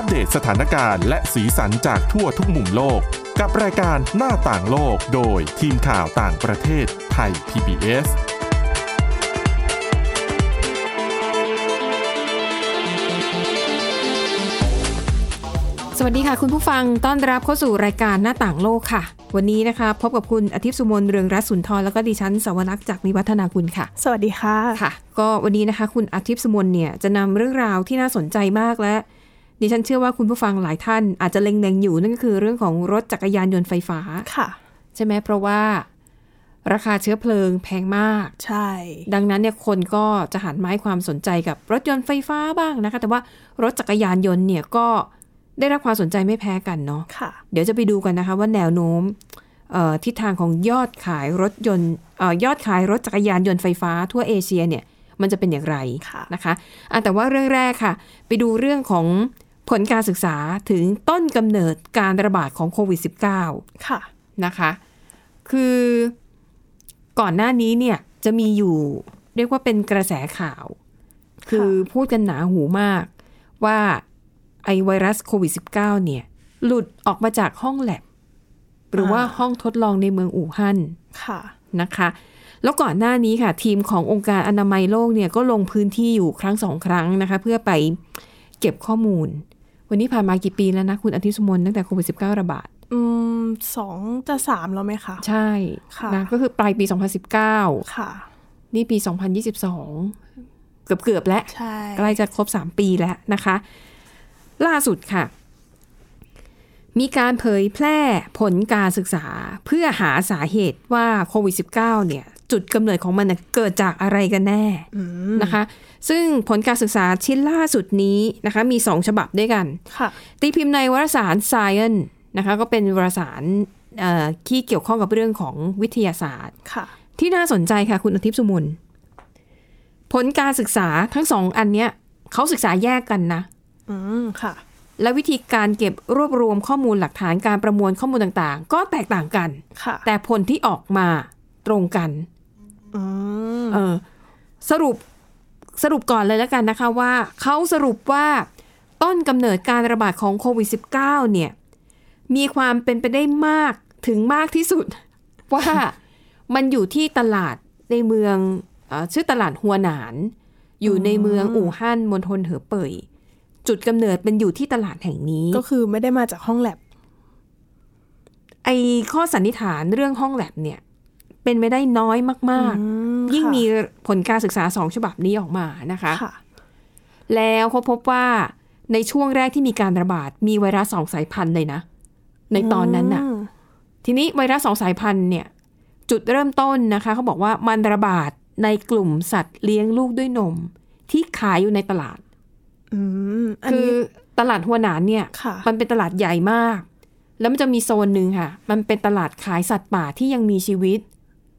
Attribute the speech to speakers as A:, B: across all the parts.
A: เดตสถานการณ์และสีสันจากทั่วทุกมุมโลกกับรายการหน้าต่างโลกโดยทีมข่าวต่างประเทศไทย PBS
B: สวัสดีค่ะคุณผู้ฟังต้อนรับเข้าสู่รายการหน้าต่างโลกค่ะวันนี้นะคะพบกับคุณอาทิตย์สุมนต์เรืองรัตน์สุนทรแล้วก็ดิฉันสวรักษ์จากวิวัฒนาคุณค่ะ
C: สวัสดีค่ะ
B: ค่ะก็วันนี้นะคะคุณอาทิตย์สุมนต์เนี่ยจะนำเรื่องราวที่น่าสนใจมากและดิฉันเชื่อว่าคุณผู้ฟังหลายท่านอาจจะเล็งๆอยู่นั่นก็คือเรื่องของรถจักรยานยนต์ไฟฟ้า
C: ค่ะ
B: ใช่ไหมเพราะว่าราคาเชื้อเพลิงแพงมาก
C: ใช่
B: ดังนั้นเนี่ยคนก็จะหันมาให้ความสนใจกับรถยนต์ไฟฟ้าบ้างนะคะแต่ว่ารถจักรยานยนต์เนี่ยก็ได้รับความสนใจไม่แพ้กันเนาะเดี๋ยวจะไปดูกันนะคะว่าแนวโน้มทิศทางของยอดขายรถยนต์ยอดขายรถจักรยานยนต์ไฟฟ้าทั่วเอเชียเนี่ยมันจะเป็นอย่างไรนะคะแต่ว่าเรื่องแรกค่ะไปดูเรื่องของผลการศึกษาถึงต้นกำเนิดการระบาดของโควิด -19
C: ค่ะ
B: นะคะคือก่อนหน้านี้เนี่ยจะมีอยู่เรียกว่าเป็นกระแสข่าวคือพูดกันหนาหูมากว่าไอไวรัสโควิด -19 เนี่ยหลุดออกมาจากห้องแลบหรือว่าห้องทดลองในเมืองอู่ฮั่นนะคะแล้วก่อนหน้านี้ค่ะทีมขององค์การอนามัยโลกเนี่ยก็ลงพื้นที่อยู่ครั้ง2ครั้งนะคะเพื่อไปเก็บข้อมูลวันนี้ผ่านมากี่ปีแล้วนะคุณอาทิตย์สุมนต์ตั้งแต่โควิด -19 ระบาด
C: 2 จะ 3แล้วไหมคะ
B: ใช่นะก็คือปลายปี2019
C: ค่ะ
B: นี่ปี2022เกือบแล้วใกล้จะครบ3ปีแล้วนะคะล่าสุดค่ะมีการเผยแพร่ผลการศึกษาเพื่อหาสาเหตุว่าโควิด -19 เนี่ยจุดกำเนิดของมันเกิดจากอะไรกันแน่นะคะซึ่งผลการศึกษาชิ้นล่าสุดนี้นะคะมี2ฉบับด้วยกันตีพิมพ์ในวารสาร Science นะคะก็เป็นวารสารที่เกี่ยวข้องกับเรื่องของวิทยาศาสตร์ที่น่าสนใจค่ะคุณอาทิตย์สุมนต์ผลการศึกษาทั้ง2อันเนี้ยเขาศึกษาแยกกันนะ
C: ค่ะ
B: และวิธีการเก็บรวบรวมข้อมูลหลักฐานการประมวลข้อมูลต่างๆก็แตกต่างกันแต่ผลที่ออกมาตรงกันสรุปก่อนเลยแล้วกันนะคะว่าเขาสรุปว่าต้นกำเนิดการระบาดของโควิด -19 เนี่ยมีความเป็นไปได้มากถึงมากที่สุดว่ามันอยู่ที่ตลาดในเมืองชื่อตลาดฮัวหนานอยู่ในเมืองอู่ฮั่นมณฑลเหอเป่ยจุดกำเนิดเป็นอยู่ที่ตลาดแห่งนี้
C: ก็คือไม่ได้มาจากห้องแลบ
B: ไอข้อสันนิษฐานเรื่องห้องแลบเนี่ยเป็นไม่ได้น้อยมากๆยิ่งมีผลการศึกษา2ฉบับนี้ออกมานะคะแล้วเขาพบว่าในช่วงแรกที่มีการระบาดมีไวรัส2สายพันธุ์เลยนะในตอนนั้นน่ะทีนี้ไวรัส2สายพันธุ์เนี่ยจุดเริ่มต้นนะคะเขาบอกว่ามันระบาดในกลุ่มสัตว์เลี้ยงลูกด้วยนมที่ขายอยู่ในตลาดคือตลาดฮัวหนานเนี่ยมันเป็นตลาดใหญ่มากแล้วมันจะมีโซนหนึ่งค่ะมันเป็นตลาดขายสัตว์ป่าที่ยังมีชีวิต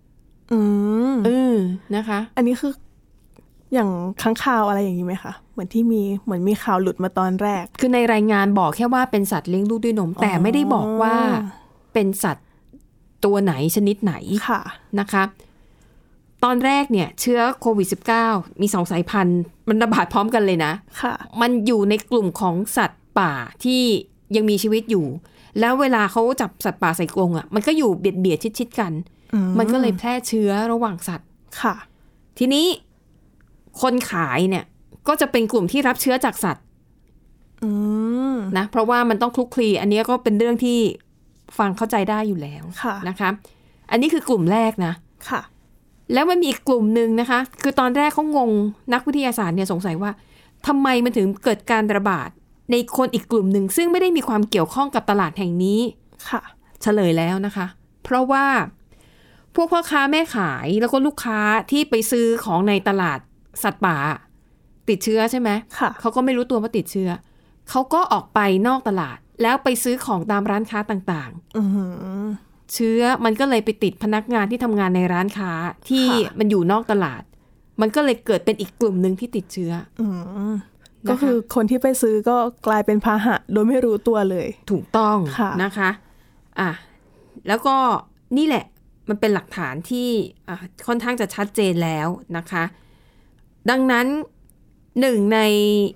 B: นะคะ
C: อันนี้คืออย่างค้างคาวอะไรอย่างนี้ไหมคะเหมือนมีข่าวหลุดมาตอนแรก
B: คือในรายงานบอกแค่ว่าเป็นสัตว์เลี้ยงลูกด้วยนมแต่ไม่ได้บอกว่าเป็นสัตว์ตัวไหนชนิดไหนนะคะตอนแรกเนี่ยเชื้อโควิด -19 มี2สายพันธุ์มันระบาดพร้อมกันเลยนะมันอยู่ในกลุ่มของสัตว์ป่าที่ยังมีชีวิตอยู่แล้วเวลาเขาจับสัตว์ป่าใส่กรงอ่ะมันก็อยู่เบียดชิดกันมันก็เลยแพร่เชื้อระหว่างสัตว์
C: ค่ะ
B: ทีนี้คนขายเนี่ยก็จะเป็นกลุ่มที่รับเชื้อจากสัตว์นะเพราะว่ามันต้องคลุกคลีอันนี้ก็เป็นเรื่องที่ฟังเข้าใจได้อยู่แล้วนะคะอันนี้คือกลุ่มแรกนะ
C: ค่ะ
B: แล้วมันมีอีกกลุ่มหนึ่งนะคะคือตอนแรกเขางงนักวิทยาศาสตร์เนี่ยสงสัยว่าทำไมมันถึงเกิดการระบาดในคนอีกกลุ่มหนึ่งซึ่งไม่ได้มีความเกี่ยวข้องกับตลาดแห่งนี้
C: ค่ะ
B: เฉลยแล้วนะคะเพราะว่าพวกพ่อค้าแม่ขายแล้วก็ลูกค้าที่ไปซื้อของในตลาดสัตว์ป่าติดเชื้อใช่ไหมเขาก็ไม่รู้ตัวว่าติดเชื้อเขาก็ออกไปนอกตลาดแล้วไปซื้อของตามร้านค้าต่างๆเชื้อมันก็เลยไปติดพนักงานที่ทำงานในร้านค้าที่มันอยู่นอกตลาดมันก็เลยเกิดเป็นอีกกลุ่มนึงที่ติดเชื้อ
C: ก็คือคนที่ไปซื้อก็กลายเป็นพาหะโดยไม่รู้ตัวเลย
B: ถูกต้องนะคะแล้วก็นี่แหละมันเป็นหลักฐานที่ค่อนข้างจะชัดเจนแล้วนะคะดังนั้นหนึ่งใน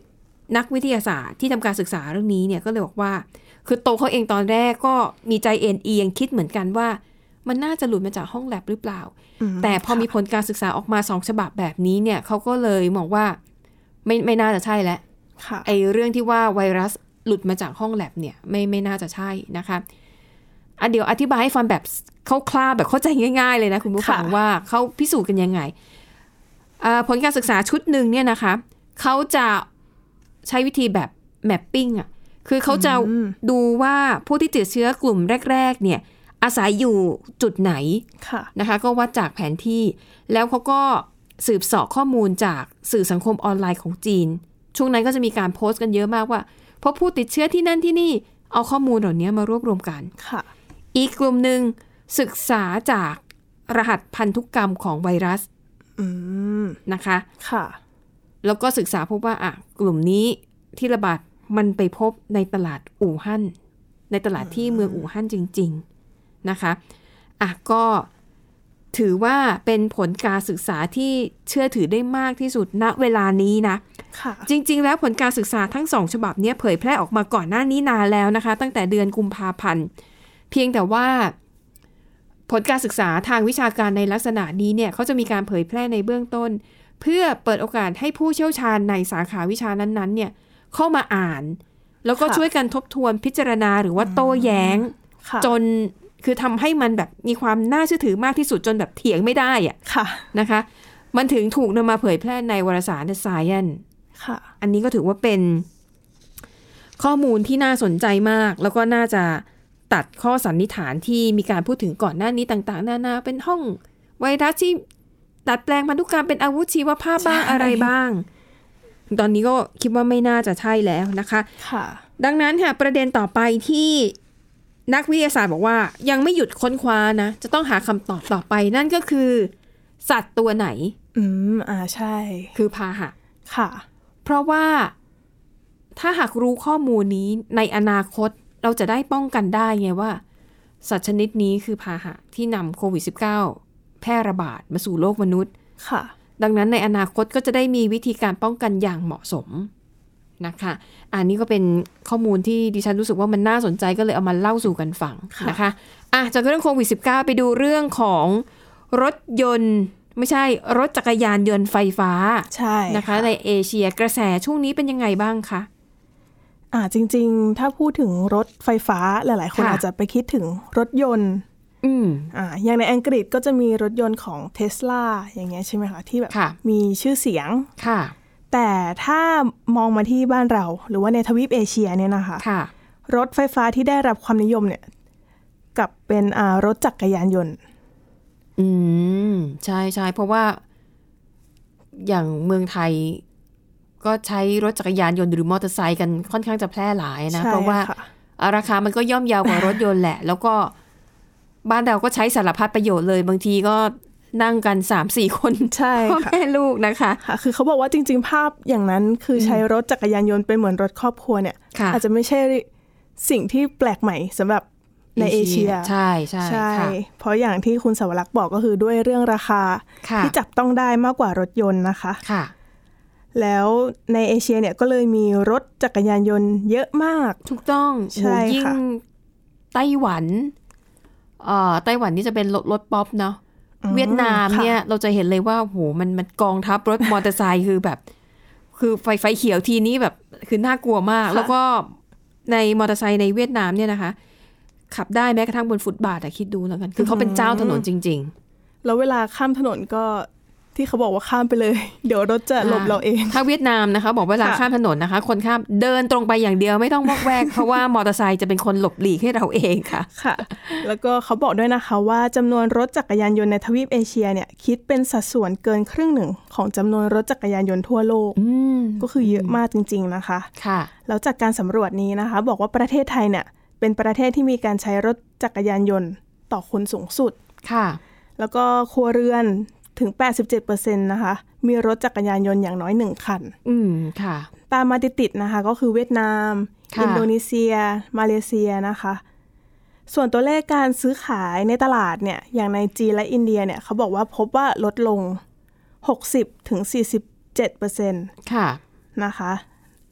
B: นักวิทยาศาสตร์ที่ทำการศึกษาเรื่องนี้เนี่ยก็เลยบอกว่าคือโตเขาเองตอนแรกก็มีใจเอียงคิดเหมือนกันว่ามันน่าจะหลุดมาจากห้องแลบหรือเปล่าแต่พอมีผลการศึกษาออกมา2ฉบับแบบนี้เนี่ยเขาก็เลยมองว่าไม่น่าจะใช่แล้วไอ้เรื่องที่ว่าไวรัสหลุดมาจากห้องแลบเนี่ยไม่น่าจะใช่นะคะเดี๋ยวอธิบายให้ฟังแบบคร่าวๆแบบเข้าใจง่ายๆเลยนะคุณผู้ฟังว่าเขาพิสูจน์กันยังไงผลการศึกษาชุดหนึ่งเนี่ยนะคะเขาจะใช้วิธีแบบแมปปิ้งอ่ะคือเขาจะดูว่าผู้ที่ติดเชื้อกลุ่มแรกๆเนี่ยอาศัยอยู่จุดไหนนะคะก็วัดจากแผนที่แล้วเขาก็สืบเสาะข้อมูลจากสื่อสังคมออนไลน์ของจีนช่วงนั้นก็จะมีการโพสต์กันเยอะมากว่าพบผู้ติดเชื้อที่นั่นที่นี่เอาข้อมูลเหล่านี้มารวบรวมกันอีกกลุ่มหนึ่งศึกษาจากรหัสพันธุกรรมของไวรัสนะคะแล้วก็ศึกษาพบว่ากลุ่มนี้ที่ระบาดมันไปพบในตลาดอู่ฮั่นในตลาดที่เมืองอู่ฮั่นจริงๆนะคะก็ถือว่าเป็นผลการศึกษาที่เชื่อถือได้มากที่สุดณเวลานี้นะจริงๆแล้วผลการศึกษาทั้ง2ฉบับนี้เผยแพร่ออกมาก่อนหน้านี้นานแล้วนะคะตั้งแต่เดือนกุมภาพันธ์เพียงแต่ว่าผลการศึกษาทางวิชาการในลักษณะนี้เนี่ยเขาจะมีการเผยแพร่ในเบื้องต้นเพื่อเปิดโอกาสให้ผู้เชี่ยวชาญในสาขาวิชานั้นๆเนี่ยเข้ามาอ่านแล้วก็ช่วยกันทบทวนพิจารณาหรือว่าโต้แย้งจนคือทำให้มันแบบมีความน่าเชื่อถือมากที่สุดจนแบบเถียงไม่ได้อะนะคะมันถึงถูกนำมาเผยแพร่ในวารสาร Science อันนี้ก็ถือว่าเป็นข้อมูลที่น่าสนใจมากแล้วก็น่าจะตัดข้อสันนิษฐานที่มีการพูดถึงก่อนหน้านี้ต่างๆนานาเป็นห้องไวรัสที่ดัดแปลงพันธุกรรมเป็นอาวุธชีวภาพบ้างอะไรบ้างตอนนี้ก็คิดว่าไม่น่าจะใช่แล้วนะคะดังนั้นค่ะประเด็นต่อไปที่นักวิทยาศาสตร์บอกว่ายังไม่หยุดค้นคว้านะจะต้องหาคำตอบต่อไปนั่นก็คือสัตว์ตัวไหน
C: ใช่
B: คือพาหะค่ะเพราะว่าถ้าหากรู้ข้อมูลนี้ในอนาคตเราจะได้ป้องกันได้ไงว่าสัตว์ชนิดนี้คือพาหะที่นำโควิด -19 แพร่ระบาดมาสู่โลกมนุษย์ค่ะดังนั้นในอนาคตก็จะได้มีวิธีการป้องกันอย่างเหมาะสมนะคะอันนี้ก็เป็นข้อมูลที่ดิฉันรู้สึกว่ามันน่าสนใจก็เลยเอามาเล่าสู่กันฟังนะคะจากเรื่องโควิด -19 ไปดูเรื่องของรถยนต์ไม่ใช่รถจักรยานยนต์ไฟฟ้าใช่นะคะในเอเชียกระแสช่วงนี้เป็นยังไงบ้างคะ
C: จริงๆถ้าพูดถึงรถไฟฟ้าหลายๆคนอาจจะไปคิดถึงรถยนต์อย่างในอังกฤษก็จะมีรถยนต์ของ Tesla อย่างเงี้ยใช่ไหมคะที่แบบมีชื่อเสียงแต่ถ้ามองมาที่บ้านเราหรือว่าในทวีปเอเชียเนี่ยนะคะรถไฟฟ้าที่ได้รับความนิยมเนี่ยกับเป็นรถจักรยานยนต์
B: ใช่ใช่เพราะว่าอย่างเมืองไทยก็ใช้รถจักรยานยนต์หรือมอเตอร์ไซค์กันค่อนข้างจะแพร่หลายนะเพราะว่าราคามันก็ย่อมเยาวกว่ารถยนต์แหละแล้วก็บ้านเราก็ใช้สารพัดประโยชน์เลยบางทีก็นั่งกัน 3-4 คนพ่อแม่ลูกนะคะ
C: คือเขาบอกว่าจริงๆภาพอย่างนั้นคือใช้รถจักรยานยนต์เป็นเหมือนรถครอบครัวเนี่ยอาจจะไม่ใช่สิ่งที่แปลกใหม่สำหรับในเอเชีย
B: ใช่ใช่ใช่
C: เพราะอย่างที่คุณสวรักษ์บอกก็คือด้วยเรื่องราคาที่จับต้องได้มากกว่ารถยนต์นะคะแล้วในเอเชียเนี่ยก็เลยมีรถจักรยานยนต์เยอะมาก
B: ถูกต้องใช่ยิ่งไต้หวันนี่จะเป็นรถป๊อปเนาะเวียดนามเนี่ยเราจะเห็นเลยว่าโหมันกองทัพรถมอเตอร์ไซค์คือแบบคือไฟเขียวทีนี้แบบคือน่ากลัวมากแล้วก็ในมอเตอร์ไซค์ในเวียดนามเนี่ยนะคะขับได้แม้กระทั่งบนฟุตบาทคิดดูแล้วกันคือเขาเป็นเจ้าถนนจริง
C: ๆแล้วเวลาข้ามถนนก็ที่เขาบอกว่าข้ามไปเลยเดี๋ยวรถจะหลบเราเอง
B: ถ้าเวียดนามนะคะบอกเวลาข้ามถนนนะคะคนข้ามเดินตรงไปอย่างเดียวไม่ต้องวอกแวกเพราะว่ามอเตอร์ไซค์จะเป็นคนหลบหลีกให้เราเองค่ะ
C: ค่ะแล้วก็เขาบอกด้วยนะคะว่าจำนวนรถจักรยานยนต์ในทวีปเอเชียเนี่ยคิดเป็นสัดส่วนเกินครึ่งหนึ่งของจำนวนรถจักรยานยนต์ทั่วโลกก็คือเยอะมากจริงๆนะคะค่ะแล้วจากการสำรวจนี้นะคะบอกว่าประเทศไทยเนี่ยเป็นประเทศที่มีการใช้รถจักรยานยนต์ต่อคนสูงสุดค่ะแล้วก็ครัวเรือนถึง 87% นะคะมีรถจักรยานยนต์อย่างน้อย1คันค่ะตามมาติดๆนะคะก็คือเวียดนามอินโดนีเซียมาเลเซียนะคะส่วนตัวเลขการซื้อขายในตลาดเนี่ยอย่างในจีนและอินเดียเนี่ยเขาบอกว่าพบว่าลดลง 60-47% ค่ะนะคะ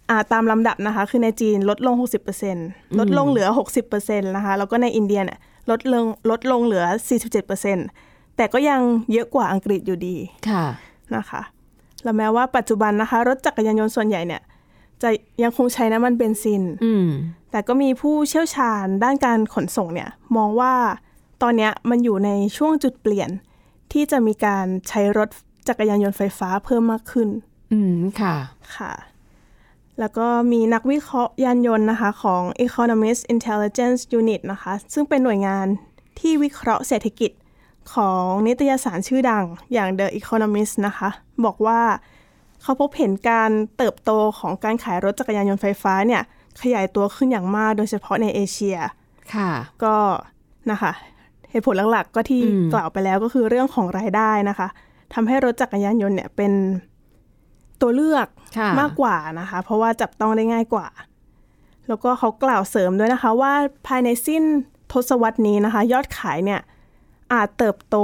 C: ตามลำดับนะคะคือในจีนลดลง 60% ลดลงเหลือ 60% นะคะแล้วก็ในอินเดียเนี่ยลดลงเหลือ 47% แต่ก็ยังเยอะกว่าอังกฤษอยู่ดีนะคะและแม้ว่าปัจจุบันนะคะรถจักรยานยนต์ส่วนใหญ่เนี่ยจะยังคงใช้น้ำมันเบนซินแต่ก็มีผู้เชี่ยวชาญด้านการขนส่งเนี่ยมองว่าตอนนี้มันอยู่ในช่วงจุดเปลี่ยนที่จะมีการใช้รถจักรยานยนต์ไฟฟ้าเพิ่มมากขึ้นค่ะแล้วก็มีนักวิเคราะห์ยานยนต์นะคะของ Economist Intelligence Unit นะคะซึ่งเป็นหน่วยงานที่วิเคราะห์เศรษฐกิจของนิตยสารชื่อดังอย่าง The Economist นะคะบอกว่าเขาพบเห็นการเติบโตของการขายรถจักรยานยนต์ไฟฟ้าเนี่ยขยายตัวขึ้นอย่างมากโดยเฉพาะในเอเชียก็นะคะเหตุผลหลักๆก็ที่กล่าวไปแล้วก็คือเรื่องของรายได้นะคะทำให้รถจักรยานยนต์เนี่ยเป็นตัวเลือกมากกว่านะคะเพราะว่าจับต้องได้ง่ายกว่าแล้วก็เขากล่าวเสริมด้วยนะคะว่าภายในสิ้นทศวรรษนี้นะคะยอดขายเนี่ยอาจเติบโต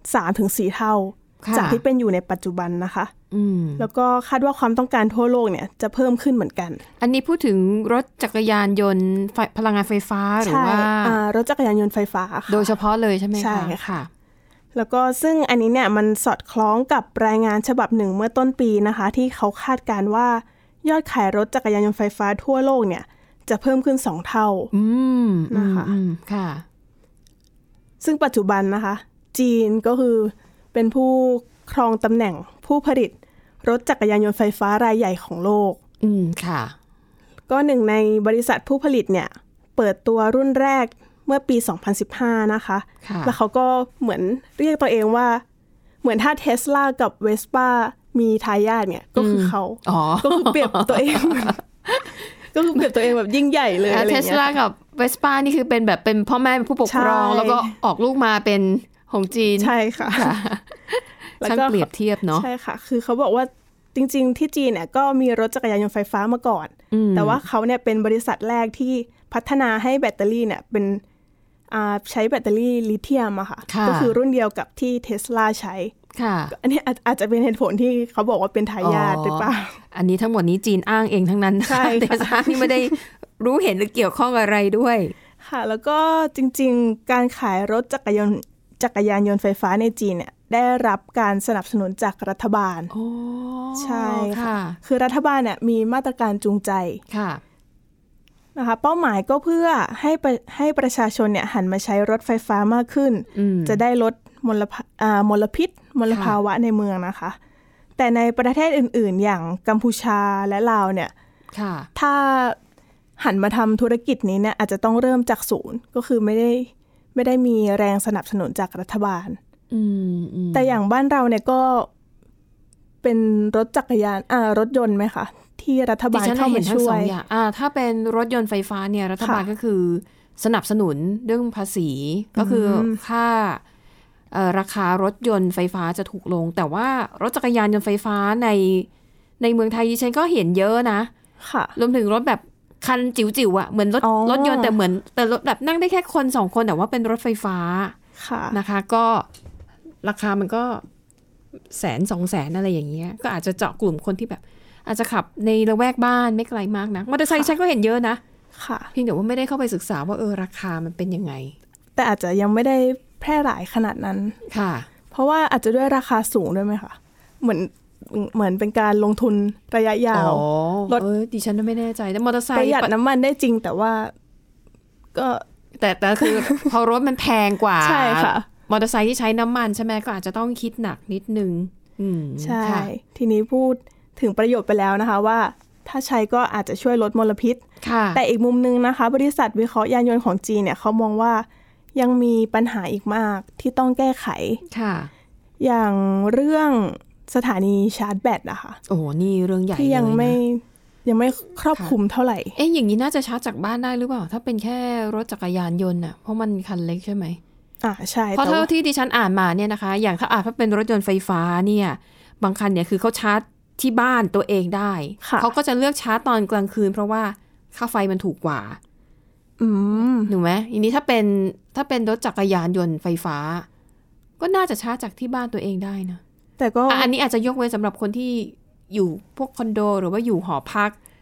C: 3-4 เท่าจากที่เป็นอยู่ในปัจจุบันนะคะแล้วก็คาดว่าความต้องการทั่วโลกเนี่ยจะเพิ่มขึ้นเหมือนกัน
B: อันนี้พูดถึงรถจักรยานยนต์พลังงานไฟฟ้าหรือว่
C: ารถจักรยานยนต์ไฟฟ้า
B: โดยเฉพาะเลยใช่ไหมคะ
C: ใช่ค่ะแล้วก็ซึ่งอันนี้เนี่ยมันสอดคล้องกับรายงานฉบับหนึ่งเมื่อต้นปีนะคะที่เขาคาดการณ์ว่ายอดขายรถจักรยานยนต์ไฟฟ้าทั่วโลกเนี่ยจะเพิ่มขึ้น2เท่านะคะ
B: ค่ะ
C: ซึ่งปัจจุบันนะคะจีนก็คือเป็นผู้ครองตำแหน่งผู้ผลิตรถจักรยานยนต์ไฟฟ้ารายใหญ่ของโลก
B: ค่ะ
C: ก็หนึ่งในบริษัทผู้ผลิตเนี่ยเปิดตัวรุ่นแรกเมื่อปี 2015 นะคะแล้วเขาก็เหมือนเรียกตัวเองว่าเหมือนถ้า Tesla กับ Vespa มีทายาทเนี่ยก็คือเขาก็คือเปรียบตัวเองก็คือเปรียบตัวเองแบบยิ่งใหญ่เลยอะไรเงี้ย
B: Tesla กับ Vespa นี่คือเป็นแบบเป็นพ่อแม่ผู้ปกครองแล้วก็ออกลูกมาเป็นของจีน
C: ใช่ค่ะ
B: ช่างเปรียบเทียบเนาะ
C: ใช่ค่ะคือเขาบอกว่าจริงๆที่จีนเนี่ยก็มีรถจักรยานยนต์ไฟฟ้ามาก่อนแต่ว่าเขาเนี่ยเป็นบริษัทแรกที่พัฒนาให้แบตเตอรี่เนี่ยเป็นใช้แบตเตอรี่ลิเธียมอะค่ะก็คือรุ่นเดียวกับที่ Tesla ใช้อันนี้อาจจะเป็นเหตุผลที่เขาบอกว่าเป็นทายาทหรือเปล่า
B: อันนี้ทั้งหมดนี้จีนอ้างเองทั้งนั้น
C: ใช่
B: Tesla นี่ไม่ได้รู้เห็นหรือเกี่ยวข้องอะไรด้วย
C: ค่ะแล้วก็จริงๆการขายรถจักรยานยนต์ไฟฟ้าในจีนเนี่ยได้รับการสนับสนุนจากรัฐบาลใช่ค่ะคือรัฐบาลเนี่ยมีมาตรการจูงใจนะคะเป้าหมายก็เพื่อให้ประชาชนเนี่ยหันมาใช้รถไฟฟ้ามากขึ้นจะได้ลดมลพิษมลภาวะในเมืองนะคะแต่ในประเทศอื่นๆอย่างกัมพูชาและลาวเนี่ยถ้าหันมาทำธุรกิจนี้เนี่ยอาจจะต้องเริ่มจากศูนย์ก็คือไม่ได้มีแรงสนับสนุนจากรัฐบาลแต่อย่างบ้านเราเนี่ยก็เป็นรถจักรยานรถยนต์ไหมคะที่รัฐบาลเข้ามาช่วย
B: ถ้าเป็นรถยนต์ไฟฟ้าเนี่ยรัฐบาลก็คือสนับสนุนเรื่องภาษีก็คือค่าราคารถยนต์ไฟฟ้าจะถูกลงแต่ว่ารถจักรยานยนต์ไฟฟ้าในเมืองไทยดิฉันก็เห็นเยอะนะรวมถึงรถแบบคันจิ๋วๆอ่ะเหมือนรถยนต์แต่รถแบบนั่งได้แค่คน2คนแต่ว่าเป็นรถไฟฟ้านะคะก็ราคามันก็100,000-200,000อะไรอย่างเงี้ยก็อาจจะเจาะกลุ่มคนที่แบบอาจจะขับในละแวกบ้านไม่ไกลมากนะมอเตอร์ไซค์ฉันก็เห็นเยอะนะเพียงแต่ว่าไม่ได้เข้าไปศึกษาว่าราคามันเป็นยังไง
C: แต่อาจจะยังไม่ได้แพร่หลายขนาดนั้น
B: ค่ะ
C: เพราะว่าอาจจะด้วยราคาสูงด้วยไหมคะเหมือนเป็นการลงทุนระยะยาว
B: รถดิฉันไม่แน่ใจแต่มอเตอร์ไซค์
C: ประหยัดน้ำมันได้จริงแต่ว่าก็
B: แต่คือพอรถมันแพงกว่า
C: ใช่ค่ะ
B: มอเตอร์ไซค์ที่ใช้น้ำมันใช่ไหมก็อาจจะต้องคิดหนักนิดนึง
C: ใช่ทีนี้พูดถึงประโยชน์ไปแล้วนะคะว่าถ้าใช้ก็อาจจะช่วยลดมลพิษแต่อีกมุมนึงนะคะบริษัทวิเคราะห์ยานยนต์ของจีนเนี่ยเขามองว่ายังมีปัญหาอีกมากที่ต้องแก้ไขอย่างเรื่องสถานีชาร์จแบตนะคะ
B: โอ้นี่เรื่องใหญ่
C: ที่ยังไม่ครอบคลุมเท่าไหร่
B: อย่างนี้น่าจะชาร์จจากบ้านได้หรือเปล่าถ้าเป็นแค่รถจักรยานยนต์น่ะเพราะมันคันเล็กใช่ไหม
C: ใช่
B: เพราะเท่าที่ดิฉันอ่านมาเนี่ยนะคะอย่างถ้าเป็นรถยนต์ไฟฟ้าเนี่ยบางคันเนี่ยคือเขาชาร์จที่บ้านตัวเองได้เขาก็จะเลือกชาร์จตอนกลางคืนเพราะว่าค่าไฟมันถูกกว่าถูกไหมอันนี้ถ้าเป็นรถจักรยานยนต์ไฟฟ้าก็น่าจะชาร์จจากที่บ้านตัวเองได้นะ
C: แต่ก็
B: อันนี้อาจจะยกเว้นสำหรับคนที่อยู่พวกคอนโดหรือว่าอยู่หอพัก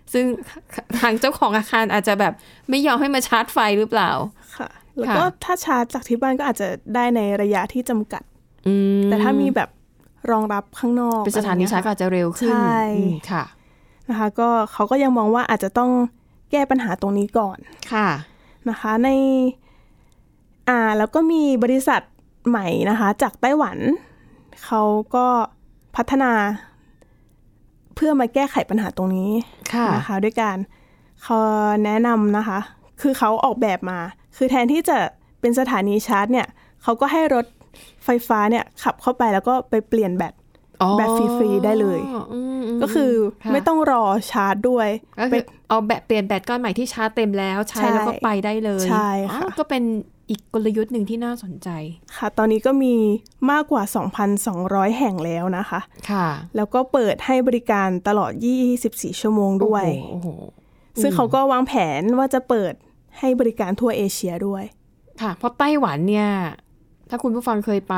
B: ซึ่งทางเจ้าของอาคารอาจจะแบบไม่ยอมให้มาชาร์จไฟหรือเปล่า
C: ค่ะแล้วก็ถ้าชาร์จจากที่บ้านก็อาจจะได้ในระยะที่จำกัดแต่ถ้ามีแบบรองรับข้างนอก
B: เป็นสถานีชาร์จก็อาจจะเร็วขึ้นใช่ค่ะ
C: นะคะก็เขาก็ยังมองว่าอาจจะต้องแก้ปัญหาตรงนี้ก่อน
B: ค่ะ
C: นะคะในแล้วก็มีบริษัทใหม่นะคะจากไต้หวันเขาก็พัฒนาเพื่อมาแก้ไขปัญหาตรงนี้นะคะด้วยการเขาแนะนำนะคะคือเขาออกแบบมาคือแทนที่จะเป็นสถานีชาร์จเนี่ยเขาก็ให้รถไฟฟ้าเนี่ยขับเข้าไปแล้วก็ไปเปลี่ยนแบตฟรีๆได้เลยก็คือไม่ต้องรอชาร์จด้วย
B: เอาแบตเปลี่ยนแบตก้อนใหม่ที่ชาร์จเต็มแล้วใช้แล้วก็ไปได้เลย
C: ใช่ค่ะ
B: ก็เป็นอีกกลยุทธ์หนึ่งที่น่าสนใจ
C: ค่ะตอนนี้ก็มีมากกว่า 2,200 แห่งแล้วนะคะ
B: ค่ะ
C: แล้วก็เปิดให้บริการตลอด24ชั่วโมงด้วยซึ่งเขาก็วางแผนว่าจะเปิดให้บริการทั่วเอเชียด้วย
B: ค่ะเพราะไต้หวันเนี่ยถ้าคุณผู้ฟังเคยไป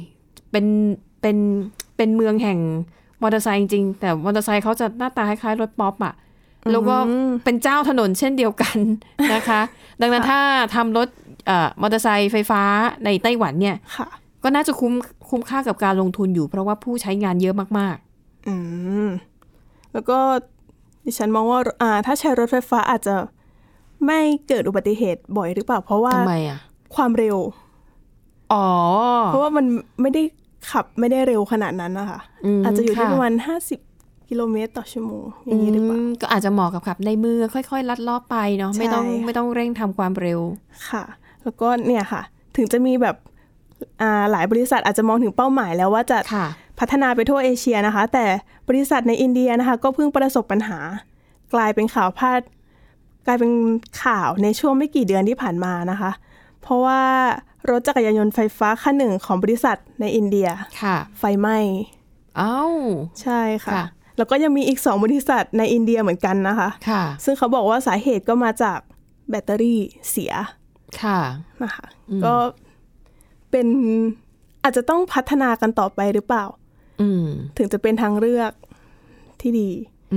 B: เป็นเมืองแห่งมอเตอร์ไซค์จริงๆแต่มอเตอร์ไซค์เขาจะหน้าตาคล้ายๆรถป๊อปอ่ะแล้วก็เป็นเจ้าถนนเช่นเดียวกันนะคะดังนั้นถ้าทำรถมอเตอร์ไซค์ไฟฟ้าในไต้หวันเนี่ยก็น่าจะคุ้มค่ากับการลงทุนอยู่เพราะว่าผู้ใช้งานเยอะมาก
C: ๆแล้วก็ดิฉันมองว่าถ้าใช้รถไฟฟ้าอาจจะไม่เกิดอุบัติเหตุบ่อยหรือเปล่าเพราะว่า
B: ทำไมอ่ะ
C: ความเร็วเพราะว่ามันไม่ได้ขับไม่ได้เร็วขนาดนั้นนะคะอาจจะอยู่ที่ประมาณ50กิโลเมตรต่อชั่วโมงอย่างนี้หรือเปล่า
B: ก็อาจจะเหมาะกับขับในเมืองค่อยๆลัดเลาะไปเนาะไม่ต้องเร่งทำความเร็ว
C: ค่ะแล้วก็เนี่ยค่ะถึงจะมีแบบหลายบริษัทอาจจะมองถึงเป้าหมายแล้วว่าจะพัฒนาไปทั่วเอเชียนะคะแต่บริษัทในอินเดียนะคะก็เพิ่งประสบปัญหากลายเป็นข่าวในช่วงไม่กี่เดือนที่ผ่านมานะคะเพราะว่ารถจักรยานยนต์ไฟฟ้าคันหนึ่งของบริษัทในอินเดียไฟไหม้ใช่ค่ะแล้วก็ยังมีอีก2บริษัทในอินเดียเหมือนกันนะคะซึ่งเขาบอกว่าสาเหตุก็มาจากแบตเตอรี่เสียนะคะก็เป็นอาจจะต้องพัฒนากันต่อไปหรือเปล่าถึงจะเป็นทางเลือกที่ดี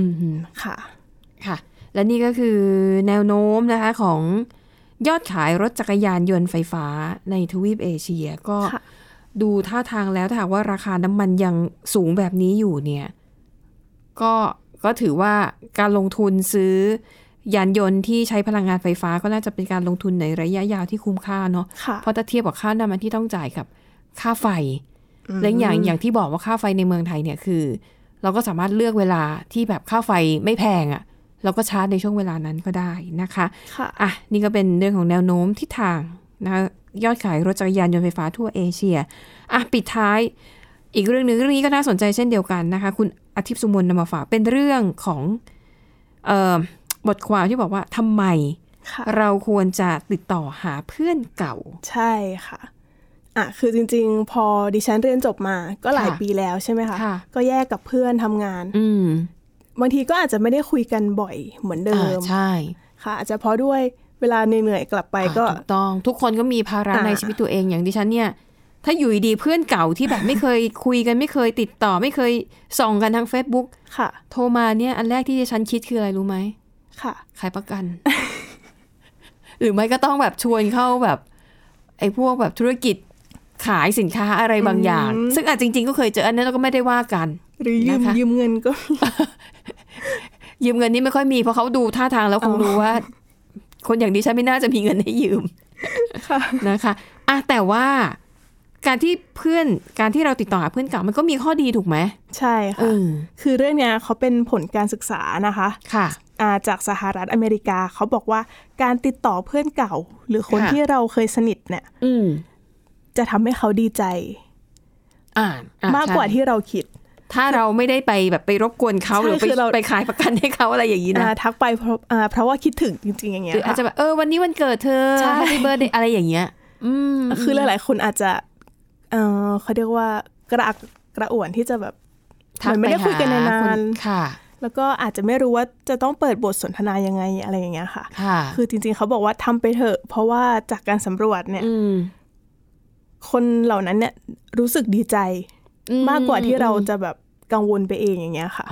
B: ค่ะและนี่ก็คือแนวโน้มนะคะของยอดขายรถจักรยานยนต์ไฟฟ้าในทวีปเอเชียก็ดูท่าทางแล้วถ้าหากว่าราคาน้ำมันยังสูงแบบนี้อยู่เนี่ยก็ถือว่าการลงทุนซื้อยานยนต์ที่ใช้พลังงานไฟฟ้าก็น่าจะเป็นการลงทุนในระยะยาวที่คุ้มค่าเนาะเพราะถ้าเทียบกับค่าน้ำมันที่ต้องจ่ายกับค่าไฟและอย่างที่บอกว่าค่าไฟในเมืองไทยเนี่ยคือเราก็สามารถเลือกเวลาที่แบบค่าไฟไม่แพงอ่ะเราก็ชาร์จในช่วงเวลานั้นก็ได้นะคะนี่ก็เป็นเรื่องของแนวโน้มทิศทางนะคะยอดขายรถจักรยานยนต์ไฟฟ้าทั่วเอเชียปิดท้ายอีกเรื่องนึงเรื่องนี้ก็น่าสนใจเช่นเดียวกันนะคะคุณอาทิตย์สุมนนำมาฝากเป็นเรื่องของบทความที่บอกว่าทำไมเราควรจะติดต่อหาเพื่อนเก่า
C: ใช่ค่ะคือจริงๆพอดิฉันเรียนจบมาก็หลายปีแล้วใช่ไหมคะก็แยกกับเพื่อนทำงานบางทีก็อาจจะไม่ได้คุยกันบ่อยเหมือนเดิม
B: ใช่
C: ค่ะอาจจะเพราะด้วยเวลาเหนื่อยๆกลับไปก็
B: ถูกต้องทุกคนก็มีภาระในชีวิตตัวเองอย่างดิฉันเนี่ยถ้าอยู่ดีเพื่อนเก่าที่แบบไม่เคยคุยกันไม่เคยติดต่อไม่เคยส่องกันทาง Facebook
C: ค่ะ
B: โทรมาเนี่ยอันแรกที่ดิฉันคิดคืออะไรรู้ไหม
C: ค่ะ
B: ขายประกัน หรือไม่ก็ต้องแบบชวนเข้าแบบไอ้พวกแบบธุรกิจขายสินค้าอะไรบางอย่างซึ่งจริงๆก็เคยเจออันนั้นเราก็ไม่ได้ว่ากัน
C: หรือยืมเงินก็
B: ยืมเงินนี่ไม่ค่อยมีเพราะเขาดูท่าทางแล้วคงรู้ว่าคนอย่างดิฉันไม่น่าจะมีเงินให้ยืมนะคะแต่ว่าการที่เราติดต่อหาเพื่อนเก่ามันก็มีข้อดีถูกไหม
C: ใช่ค่ะคือเรื่องเนี้ยเขาเป็นผลการศึกษานะคะ
B: ค่ะ
C: จากสหรัฐอเมริกาเขาบอกว่าการติดต่อเพื่อนเก่าหรือคนที่เราเคยสนิทเนี่ยจะทำให้เขาดีใจมากกว่าที่เราคิด
B: ถ้าเราไม่ได้ไปแบบไปรบกวนเขาหรือไปขายประกันให้เขาอะไรอย่างนี้นะ
C: ทักไปเพราะว่าคิดถึงจริงๆอย่างเงี้ย
B: อาจจะแบบวันนี้วันเกิดเธอ Happy Birthday อะไรอย่างเงี้ย
C: คือหลายๆคนอาจจะเขาเรียกว่ากระอ่วนที่จะแบบไม่ได้คุยกันนานๆแล้วก็อาจจะไม่รู้ว่าจะต้องเปิดบทสนทนายังไงอะไรอย่างเงี้ยค่ะคือจริงๆเขาบอกว่าทำไปเถอะเพราะว่าจากการสำรวจเนี่ยคนเหล่านั้นเนี่ยรู้สึกดีใจมากกว่าที่เราจะแบบกังวลไปเองอย่างเงี้ยค่ะ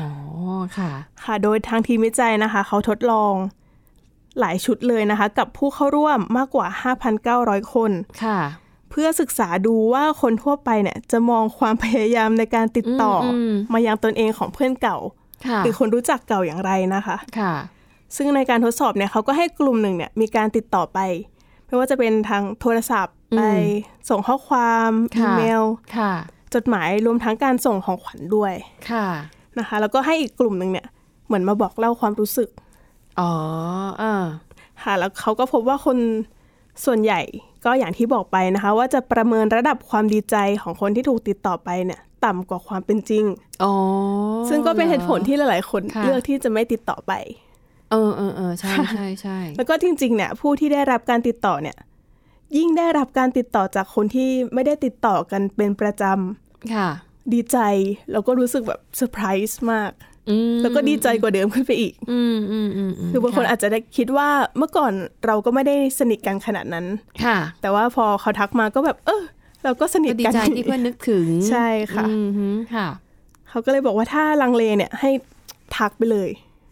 B: ค่ะ
C: ค่ะโดยทางทีมวิจัยนะคะเขาทดลองหลายชุดเลยนะคะกับผู้เข้าร่วมมากกว่า 5,900 คน
B: ค่ะ
C: เพื่อศึกษาดูว่าคนทั่วไปเนี่ยจะมองความพยายามในการติดต่อมายังตนเองของเพื่อนเก่าหรือคนรู้จักเก่าอย่างไรนะคะ
B: ค่ะ
C: ซึ่งในการทดสอบเนี่ยเขาก็ให้กลุ่มหนึ่งเนี่ยมีการติดต่อไปไม่ว่าจะเป็นทางโทรศัพท์ไปส่งข้อความอีเมลจดหมายรวมทั้งการส่งของขวัญด้วยนะคะแล้วก็ให้อีกกลุ่มหนึ่งเนี่ยเหมือนมาบอกเล่าความรู้สึกค่ะแล้วเขาก็พบว่าคนส่วนใหญ่ก็อย่างที่บอกไปนะคะว่าจะประเมินระดับความดีใจของคนที่ถูกติดต่อไปเนี่ยต่ำกว่าความเป็นจริงซึ่งก็เป็นเหตุผลที่หลายๆคนเลือกที่จะไม่ติดต่อไป
B: ใช่ใช่ใช่
C: แล้วก็จริงๆเนี่ยผู้ที่ได้รับการติดต่อเนี่ยยิ่งได้รับการติดต่อจากคนที่ไม่ได้ติดต่อกันเป็นประจำดีใจแล้วก็รู้สึกแบบเซอร์ไพรส์มากแล้วก็ดีใจกว่าเดิมขึ้นไปอีกคือบางคนอาจจะได้คิดว่าเมื่อก่อนเราก็ไม่ได้สนิทกันขนาดนั้นแต่ว่าพอเขาทักมาก็แบบเราก็สนิทกัน
B: ดีใจที่เพื่อนนึกถึง
C: ใช่ค่ะเขาก็เลยบอกว่าถ้าลังเลเนี่ยให้ทักไปเลย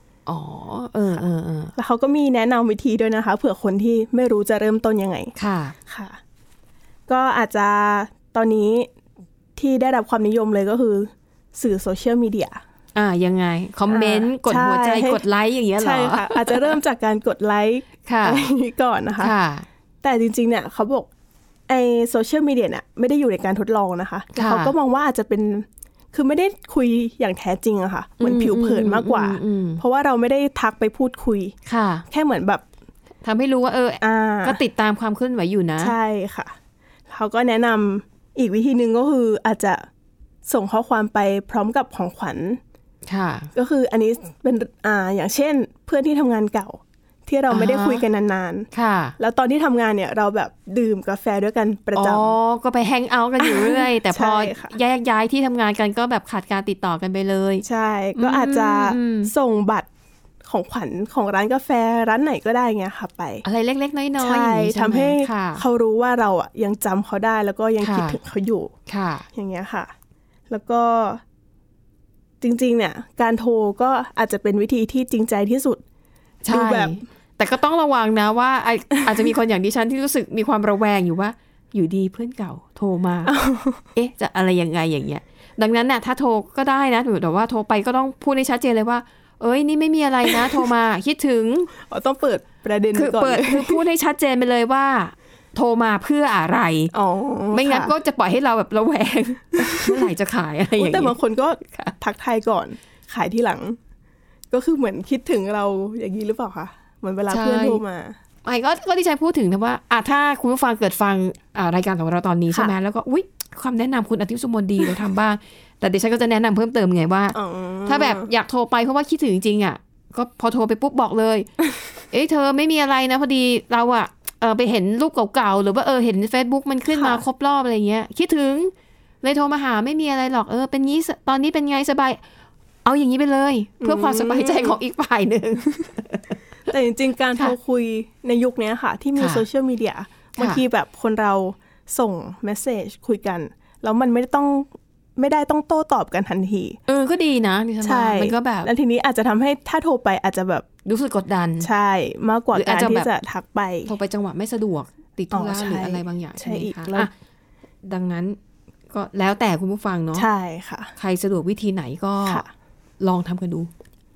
C: แล้วเขาก็มีแนะนำวิธีด้วยนะคะเผื่อคนที่ไม่รู้จะเริ่มต้นยังไงค่ะก็อาจจะตอนนี้ที่ได้รับความนิยมเลยก็คือสื่อโซเชียลมีเดีย
B: ยังไงคอมเมนต์กดหัวใจกดไลค์อย่างเงี้ยเหรอ
C: ใช่ค่ะอาจจะเริ่มจากการกดไลค์อะไรนี้ก่อนนะคะแต่จริงๆเนี่ยเขาบอกไอโซเชียลมีเดียเนี่ยไม่ได้อยู่ในการทดลองนะคะแต่เขาก็มองว่าอาจจะเป็นคือไม่ได้คุยอย่างแท้จริงอะค่ะเหมือนผิวเผินมากกว่าเพราะว่าเราไม่ได้ทักไปพูดคุยแค่เหมือนแบบ
B: ทำให้รู้ว่าก็ติดตามความเคลื่อนไหวอยู่นะ
C: ใช่ค่ะเขาก็แนะนำอีกวิธีนึงก็คืออาจจะส่งข้อความไปพร้อมกับของขวัญก็คืออันนี้เป็นอย่างเช่นเพื่อนที่ทำงานเก่าที่เราไม่ได้คุยกันนานๆแล้วตอนที่ทำงานเนี่ยเราแบบดื่มกาแฟด้วยกันประจ
B: ำก็ไปแฮงเอาท์กันอยู่เรื่อยแต่พอแยกย้ายที่ทำงานกันก็แบบขาดการติดต่อกันไปเลย
C: ใช่ก็อาจจะส่งบัตรของขวัญของร้านกาแฟร้านไหนก็ได้ไงค่ะไป
B: อะไรเล็กๆน้อยๆ
C: ใช่ทำให้เขารู้ว่าเราอ่ะยังจำเขาได้แล้วก็ยังคิดถึงเขาอยู่อย่างเงี้ยค่ะแล้วก็จริงๆเนี่ยการโทรก็อาจจะเป็นวิธีที่จริงใจที่สุด
B: ดูแบบแต่ก็ต้องระวังนะว่าอาจจะมีคนอย่างดิฉันที่รู้สึกมีความระแวงอยู่ว่าอยู่ดีเพื่อนเก่าโทรมาจะอะไรยังไงอย่างเงี้ยดังนั้นน่ะถ้าโทรก็ได้นะแต่ว่าโทรไปก็ต้องพูดให้ชัดเจนเลยว่านี่ไม่มีอะไรนะโทรมาคิดถึง
C: ต้องเปิดประเด็นก่อน
B: คือพูดให้ชัดเจนไปเลยว่าโทรมาเพื่ออะไรไม่งั้นก็จะปล่อยให้เราแบบระแวงเมื่อไหร่จะขายอะไรอย่างเงี้ย
C: แต่บางคนก็ทักทายก่อนขายที่หลังก็คือเหมือนคิดถึงเราอย่างนี้หรือเปล่าคะเหมือนเวลาเพื่อนโทรมา
B: ก็ที่ฉันพูดถึงนะว่าถ้าคุณผู้ฟังเกิดฟังรายการของเราตอนนี้ใช่ไหมแล้วก็อุ๊ยความแนะนำคุณอาทิตย์สุมนดีเราทำบ้างแต่ดิฉันก็จะแนะนำเพิ่มเติมไงว่าถ้าแบบอยากโทรไปเพราะว่าคิดถึงจริงๆอ่ะก็พอโทรไปปุ๊บบอกเลยเธอไม่มีอะไรนะพอดีเราอ่ะไปเห็นรูปเก่าๆหรือว่าเห็น Facebook มันขึ้นมาครบรอบอะไรเงี้ยคิดถึงเลยโทรมาหาไม่มีอะไรหรอกเป็นงี้ตอนนี้เป็นไงสบายเอาอย่างนี้ไปเลยเพื่อความสบายใจของอีกฝ่ายนึง
C: แต่จริงๆการโทรคุยในยุคนี้ค่ะที่มีโซเชียลมีเดียบางทีแบบคนเราส่งเมสเสจคุยกันแล้วมันไม่ได้ต้องโต้ตอบกันทันที
B: ก็ดีนะ
C: ใช่
B: มันก็แบบ
C: แล้วทีนี้อาจจะทำให้ถ้าโทรไปอาจจะแบบ
B: รู้สึกกดดัน
C: ใช่มากกว่าการที่จะทักไป
B: โทรไปจังหวะไม่สะดวกติดธุระหรืออะไรบางอย่างใช่ไหมคะดังนั้นก็แล้วแต่คุณผู้ฟังเนาะ
C: ใช่ค่ะ
B: ใครสะดวกวิธีไหนก็ลองทำกันดู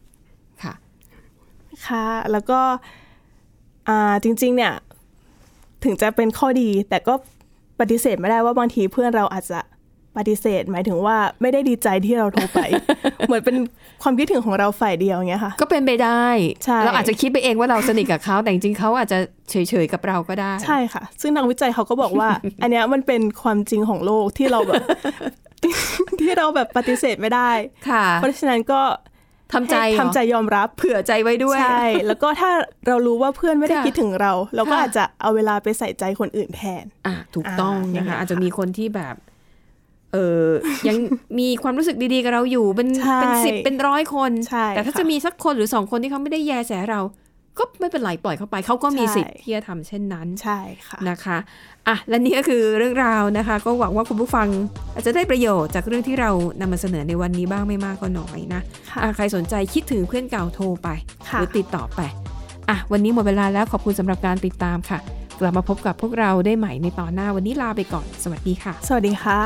C: ค่ะแล้วก็จริงๆเนี่ยถึงจะเป็นข้อดีแต่ก็ปฏิเสธไม่ได้ว่าบางทีเพื่อนเราอาจจะปฏิเสธหมายถึงว่าไม่ได้ดีใจที่เราโทรไป เหมือนเป็นความคิดถึงของเราฝ่ายเดียวอย่างเงี้ยค่ะ
B: ก็เป็นไปได้เราอาจจะคิดไปเองว่าเราสนิทกับเขาแต่จริงๆเขาอาจจะเฉยๆกับเราก็ได้
C: ใช่ค่ะซึ่งนักวิจัยเขาก็บอกว่า อันเนี้ยมันเป็นความจริงของโลกที่เราแบบ ที่เราแบบปฏิเสธไม่ได้เพราะฉะนั้นก็
B: ทำใจ
C: ยอมรับ
B: เผื่อใจไว้ด้วย
C: ใช่แล้วก็ถ้าเรารู้ว่าเพื่อนไม่ได้คิดถึงเราก็อาจจะเอาเวลาไปใส่ใจคนอื่นแทน
B: ถูกต้องนะคะอาจจะมีคนที่แบบยังมีความรู้สึกดีๆกับเราอยู่เป็น10เป็น100คนแต่ถ้าจะมีสักคนหรือ2คนที่เขาไม่ได้แยแสเราก็ไม่เป็นไรปล่อยเข้าไปเขาก็มีสิทธิ์ที่จะทำเช่นนั้น
C: ใช่ค่ะ
B: นะคะอ่ะและนี่ก็คือเรื่องราวนะคะก็หวังว่าคุณผู้ฟังอาจจะได้ประโยชน์จากเรื่องที่เรานำมาเสนอในวันนี้บ้างไม่มากก็น้อยนะใครสนใจคิดถึงเพื่อนเก่าโทรไปหรือติดต่อไปอ่ะวันนี้หมดเวลาแล้วขอบคุณสำหรับการติดตามค่ะกลับมาพบกับพวกเราได้ใหม่ในตอนหน้าวันนี้ลาไปก่อนสวัสดีค่ะ
C: สวัสดีค่ะ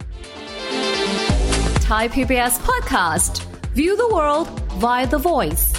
D: Thai PBS Podcast View the world via the voice